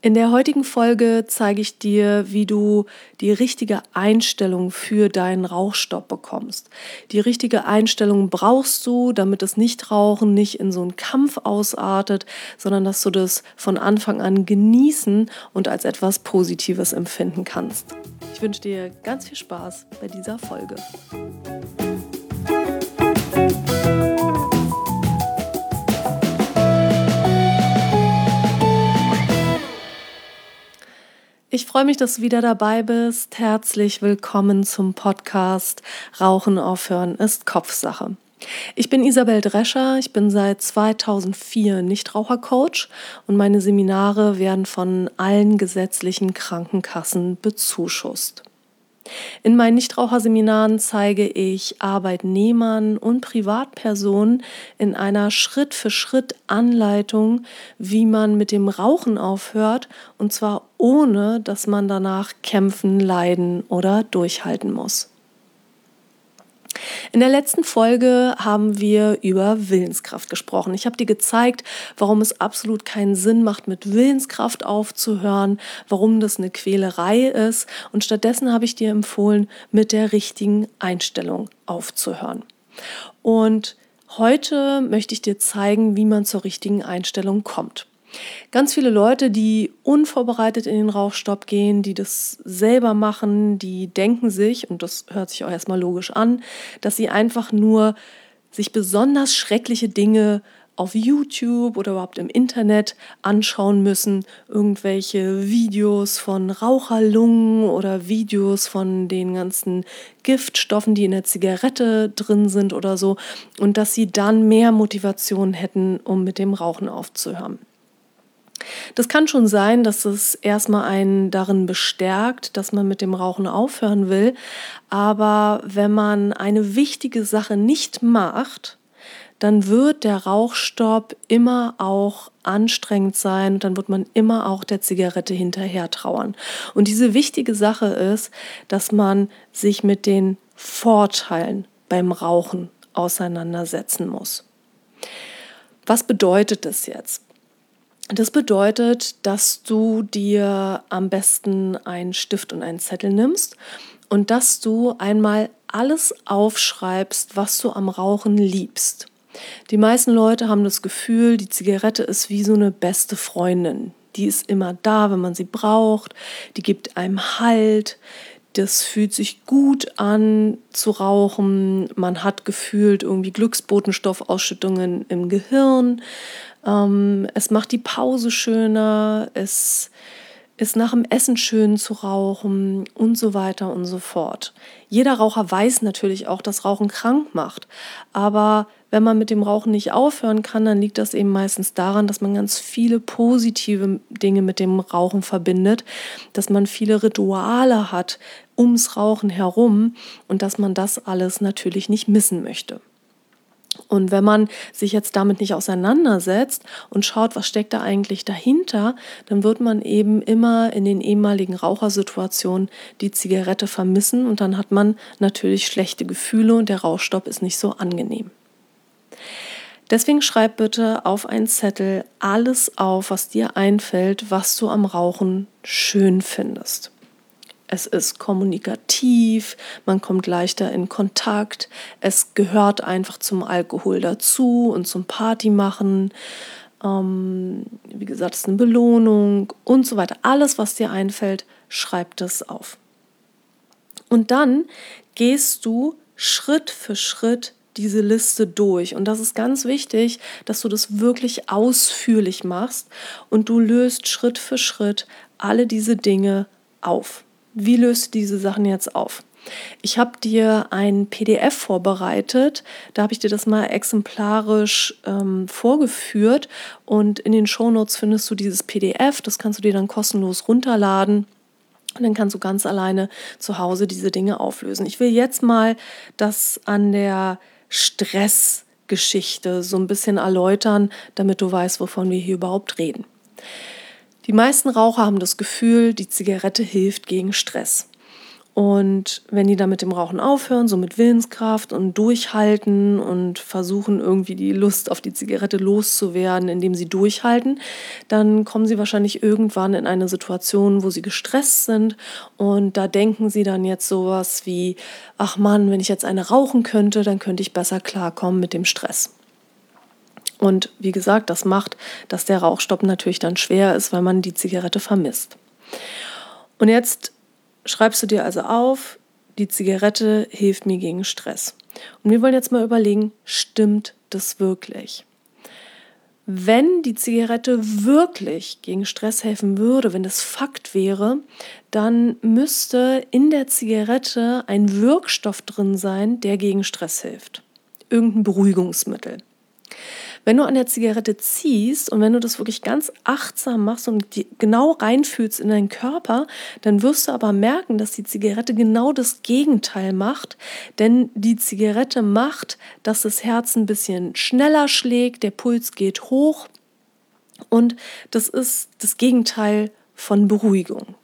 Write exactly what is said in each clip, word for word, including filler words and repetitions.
In der heutigen Folge zeige ich dir, wie du die richtige Einstellung für deinen Rauchstopp bekommst. Die richtige Einstellung brauchst du, damit das Nichtrauchen nicht in so einen Kampf ausartet, sondern dass du das von Anfang an genießen und als etwas Positives empfinden kannst. Ich wünsche dir ganz viel Spaß bei dieser Folge. Ich freue mich, dass du wieder dabei bist. Herzlich willkommen zum Podcast Rauchen aufhören ist Kopfsache. Ich bin Isabel Drescher, ich bin seit zweitausendvier Nichtrauchercoach und meine Seminare werden von allen gesetzlichen Krankenkassen bezuschusst. In meinen Nichtraucherseminaren zeige ich Arbeitnehmern und Privatpersonen in einer Schritt-für-Schritt-Anleitung, wie man mit dem Rauchen aufhört, und zwar ohne, dass man danach kämpfen, leiden oder durchhalten muss. In der letzten Folge haben wir über Willenskraft gesprochen. Ich habe dir gezeigt, warum es absolut keinen Sinn macht, mit Willenskraft aufzuhören, warum das eine Quälerei ist, und stattdessen habe ich dir empfohlen, mit der richtigen Einstellung aufzuhören. Und heute möchte ich dir zeigen, wie man zur richtigen Einstellung kommt. Ganz viele Leute, die unvorbereitet in den Rauchstopp gehen, die das selber machen, die denken sich, und das hört sich auch erstmal logisch an, dass sie einfach nur sich besonders schreckliche Dinge auf YouTube oder überhaupt im Internet anschauen müssen. Irgendwelche Videos von Raucherlungen oder Videos von den ganzen Giftstoffen, die in der Zigarette drin sind oder so. Und dass sie dann mehr Motivation hätten, um mit dem Rauchen aufzuhören. Das kann schon sein, dass es erstmal einen darin bestärkt, dass man mit dem Rauchen aufhören will. Aber wenn man eine wichtige Sache nicht macht, dann wird der Rauchstopp immer auch anstrengend sein und dann wird man immer auch der Zigarette hinterher trauern. Und diese wichtige Sache ist, dass man sich mit den Vorteilen beim Rauchen auseinandersetzen muss. Was bedeutet das jetzt? Das bedeutet, dass du dir am besten einen Stift und einen Zettel nimmst und dass du einmal alles aufschreibst, was du am Rauchen liebst. Die meisten Leute haben das Gefühl, die Zigarette ist wie so eine beste Freundin. Die ist immer da, wenn man sie braucht. Die gibt einem Halt. Das fühlt sich gut an zu rauchen. Man hat gefühlt irgendwie Glücksbotenstoffausschüttungen im Gehirn. Ähm, es macht die Pause schöner. Es ist nach dem Essen schön zu rauchen und so weiter und so fort. Jeder Raucher weiß natürlich auch, dass Rauchen krank macht. Aber wenn man mit dem Rauchen nicht aufhören kann, dann liegt das eben meistens daran, dass man ganz viele positive Dinge mit dem Rauchen verbindet, dass man viele Rituale hat ums Rauchen herum und dass man das alles natürlich nicht missen möchte. Und wenn man sich jetzt damit nicht auseinandersetzt und schaut, was steckt da eigentlich dahinter, dann wird man eben immer in den ehemaligen Rauchersituationen die Zigarette vermissen und dann hat man natürlich schlechte Gefühle und der Rauchstopp ist nicht so angenehm. Deswegen schreib bitte auf einen Zettel alles auf, was dir einfällt, was du am Rauchen schön findest. Es ist kommunikativ, man kommt leichter in Kontakt, es gehört einfach zum Alkohol dazu und zum Partymachen. Ähm, wie gesagt, es ist eine Belohnung und so weiter. Alles, was dir einfällt, schreib das auf. Und dann gehst du Schritt für Schritt diese Liste durch. Und das ist ganz wichtig, dass du das wirklich ausführlich machst und du löst Schritt für Schritt alle diese Dinge auf. Wie löst du diese Sachen jetzt auf? Ich habe dir ein P D F vorbereitet, da habe ich dir das mal exemplarisch ähm, vorgeführt und in den Shownotes findest du dieses P D F, das kannst du dir dann kostenlos runterladen und dann kannst du ganz alleine zu Hause diese Dinge auflösen. Ich will jetzt mal das an der Stressgeschichte so ein bisschen erläutern, damit du weißt, wovon wir hier überhaupt reden. Die meisten Raucher haben das Gefühl, die Zigarette hilft gegen Stress. Und wenn die dann mit dem Rauchen aufhören, so mit Willenskraft und durchhalten und versuchen irgendwie die Lust auf die Zigarette loszuwerden, indem sie durchhalten, dann kommen sie wahrscheinlich irgendwann in eine Situation, wo sie gestresst sind und da denken sie dann jetzt sowas wie, ach Mann, wenn ich jetzt eine rauchen könnte, dann könnte ich besser klarkommen mit dem Stress. Und wie gesagt, das macht, dass der Rauchstopp natürlich dann schwer ist, weil man die Zigarette vermisst. Und jetzt schreibst du dir also auf, die Zigarette hilft mir gegen Stress. Und wir wollen jetzt mal überlegen, stimmt das wirklich? Wenn die Zigarette wirklich gegen Stress helfen würde, wenn das Fakt wäre, dann müsste in der Zigarette ein Wirkstoff drin sein, der gegen Stress hilft. Irgendein Beruhigungsmittel. Wenn du an der Zigarette ziehst und wenn du das wirklich ganz achtsam machst und die genau reinfühlst in deinen Körper, dann wirst du aber merken, dass die Zigarette genau das Gegenteil macht. Denn die Zigarette macht, dass das Herz ein bisschen schneller schlägt, der Puls geht hoch und das ist das Gegenteil von Beruhigung.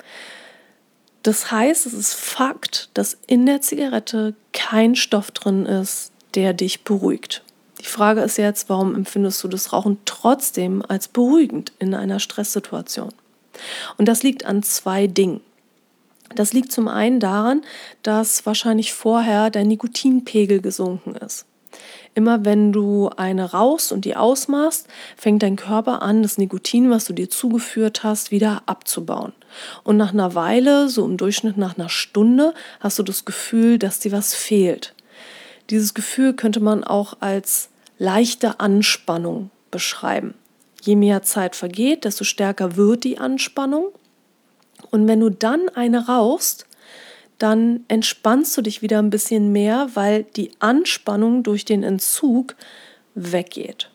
Das heißt, es ist Fakt, dass in der Zigarette kein Stoff drin ist, der dich beruhigt. Die Frage ist jetzt, warum empfindest du das Rauchen trotzdem als beruhigend in einer Stresssituation? Und das liegt an zwei Dingen. Das liegt zum einen daran, dass wahrscheinlich vorher dein Nikotinpegel gesunken ist. Immer wenn du eine rauchst und die ausmachst, fängt dein Körper an, das Nikotin, was du dir zugeführt hast, wieder abzubauen. Und nach einer Weile, so im Durchschnitt nach einer Stunde, hast du das Gefühl, dass dir was fehlt. Dieses Gefühl könnte man auch als leichte Anspannung beschreiben. Je mehr Zeit vergeht, desto stärker wird die Anspannung. Und wenn du dann eine rauchst, dann entspannst du dich wieder ein bisschen mehr, weil die Anspannung durch den Entzug weggeht.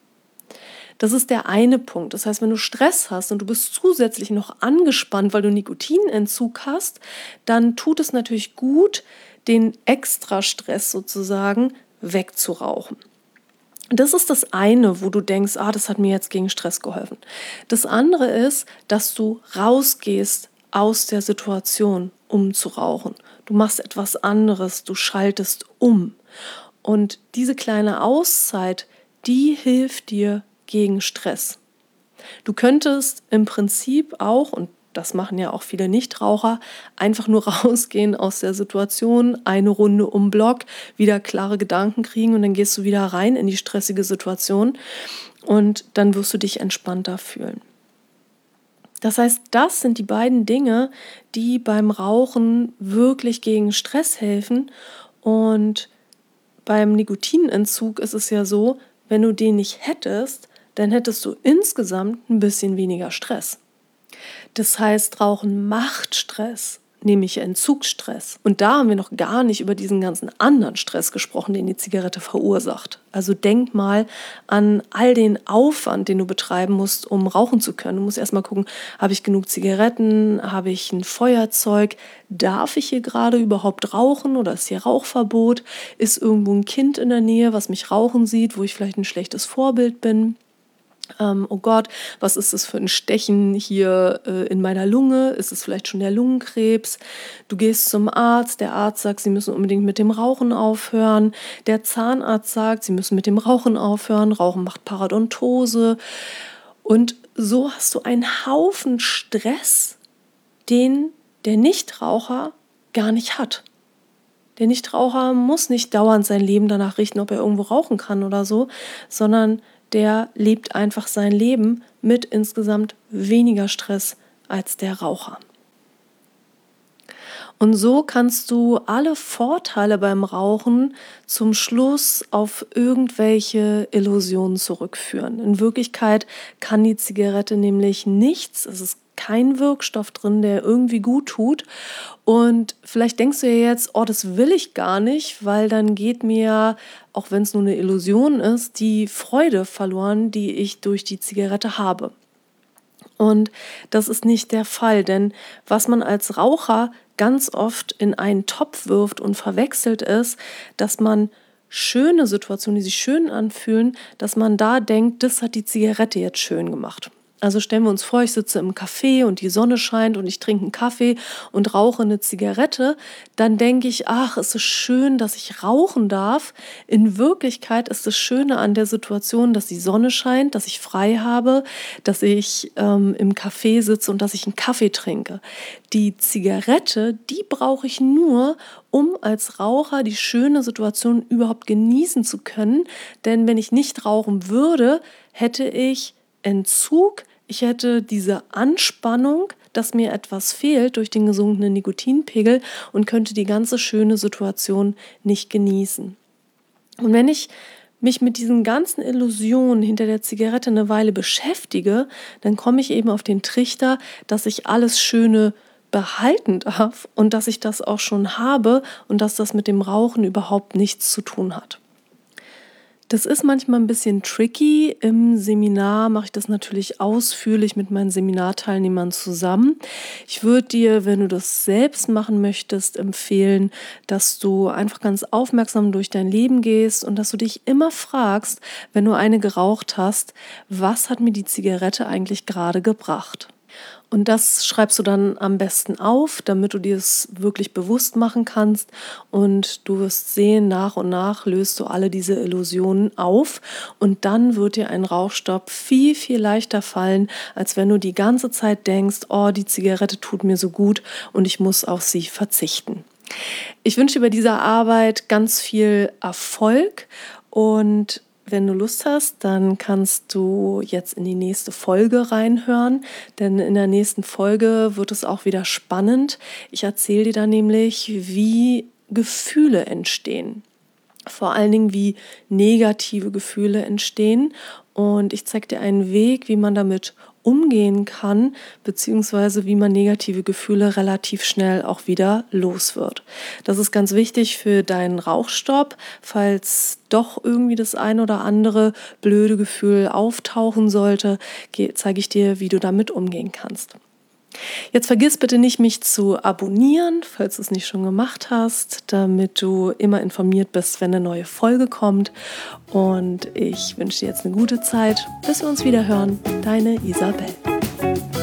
Das ist der eine Punkt. Das heißt, wenn du Stress hast und du bist zusätzlich noch angespannt, weil du Nikotinentzug hast, dann tut es natürlich gut, den Extrastress sozusagen wegzurauchen. Das ist das eine, wo du denkst, ah, das hat mir jetzt gegen Stress geholfen. Das andere ist, dass du rausgehst aus der Situation, um zu rauchen. Du machst etwas anderes, du schaltest um. Und diese kleine Auszeit, die hilft dir gegen Stress. Du könntest im Prinzip auch, und das machen ja auch viele Nichtraucher, einfach nur rausgehen aus der Situation, eine Runde um Block, wieder klare Gedanken kriegen und dann gehst du wieder rein in die stressige Situation und dann wirst du dich entspannter fühlen. Das heißt, das sind die beiden Dinge, die beim Rauchen wirklich gegen Stress helfen. Und beim Nikotinentzug ist es ja so, wenn du den nicht hättest, dann hättest du insgesamt ein bisschen weniger Stress. Das heißt, Rauchen macht Stress, nämlich Entzugsstress. Und da haben wir noch gar nicht über diesen ganzen anderen Stress gesprochen, den die Zigarette verursacht. Also denk mal an all den Aufwand, den du betreiben musst, um rauchen zu können. Du musst erstmal gucken, habe ich genug Zigaretten, habe ich ein Feuerzeug, darf ich hier gerade überhaupt rauchen oder ist hier Rauchverbot? Ist irgendwo ein Kind in der Nähe, was mich rauchen sieht, wo ich vielleicht ein schlechtes Vorbild bin? Ähm, oh Gott, was ist das für ein Stechen hier äh, in meiner Lunge? Ist es vielleicht schon der Lungenkrebs? Du gehst zum Arzt, der Arzt sagt, sie müssen unbedingt mit dem Rauchen aufhören. Der Zahnarzt sagt, sie müssen mit dem Rauchen aufhören. Rauchen macht Parodontose. Und so hast du einen Haufen Stress, den der Nichtraucher gar nicht hat. Der Nichtraucher muss nicht dauernd sein Leben danach richten, ob er irgendwo rauchen kann oder so, sondern der lebt einfach sein Leben mit insgesamt weniger Stress als der Raucher. Und so kannst du alle Vorteile beim Rauchen zum Schluss auf irgendwelche Illusionen zurückführen. In Wirklichkeit kann die Zigarette nämlich nichts, es ist kein Wirkstoff drin, der irgendwie gut tut. Und vielleicht denkst du ja jetzt, oh, das will ich gar nicht, weil dann geht mir, auch wenn es nur eine Illusion ist, die Freude verloren, die ich durch die Zigarette habe. Und das ist nicht der Fall, denn was man als Raucher ganz oft in einen Topf wirft und verwechselt ist, dass man schöne Situationen, die sich schön anfühlen, dass man da denkt, das hat die Zigarette jetzt schön gemacht. Also stellen wir uns vor, ich sitze im Café und die Sonne scheint und ich trinke einen Kaffee und rauche eine Zigarette, dann denke ich, ach, es ist schön, dass ich rauchen darf. In Wirklichkeit ist das Schöne an der Situation, dass die Sonne scheint, dass ich frei habe, dass ich ähm, im Café sitze und dass ich einen Kaffee trinke. Die Zigarette, die brauche ich nur, um als Raucher die schöne Situation überhaupt genießen zu können. Denn wenn ich nicht rauchen würde, hätte ich Entzug, ich hätte diese Anspannung, dass mir etwas fehlt durch den gesunkenen Nikotinpegel und könnte die ganze schöne Situation nicht genießen. Und wenn ich mich mit diesen ganzen Illusionen hinter der Zigarette eine Weile beschäftige, dann komme ich eben auf den Trichter, dass ich alles Schöne behalten darf und dass ich das auch schon habe und dass das mit dem Rauchen überhaupt nichts zu tun hat. Das ist manchmal ein bisschen tricky. Im Seminar mache ich das natürlich ausführlich mit meinen Seminarteilnehmern zusammen. Ich würde dir, wenn du das selbst machen möchtest, empfehlen, dass du einfach ganz aufmerksam durch dein Leben gehst und dass du dich immer fragst, wenn du eine geraucht hast, was hat mir die Zigarette eigentlich gerade gebracht? Und das schreibst du dann am besten auf, damit du dir es wirklich bewusst machen kannst. Und du wirst sehen, nach und nach löst du alle diese Illusionen auf. Und dann wird dir ein Rauchstopp viel, viel leichter fallen, als wenn du die ganze Zeit denkst, oh, die Zigarette tut mir so gut und ich muss auf sie verzichten. Ich wünsche dir bei dieser Arbeit ganz viel Erfolg und wenn du Lust hast, dann kannst du jetzt in die nächste Folge reinhören, denn in der nächsten Folge wird es auch wieder spannend. Ich erzähle dir dann nämlich, wie Gefühle entstehen. Vor allen Dingen, wie negative Gefühle entstehen. Und ich zeige dir einen Weg, wie man damit umgehen kann, beziehungsweise wie man negative Gefühle relativ schnell auch wieder los wird. Das ist ganz wichtig für deinen Rauchstopp, falls doch irgendwie das ein oder andere blöde Gefühl auftauchen sollte, zeige ich dir, wie du damit umgehen kannst. Jetzt vergiss bitte nicht, mich zu abonnieren, falls du es nicht schon gemacht hast, damit du immer informiert bist, wenn eine neue Folge kommt. Und ich wünsche dir jetzt eine gute Zeit, bis wir uns wieder hören. Deine Isabel.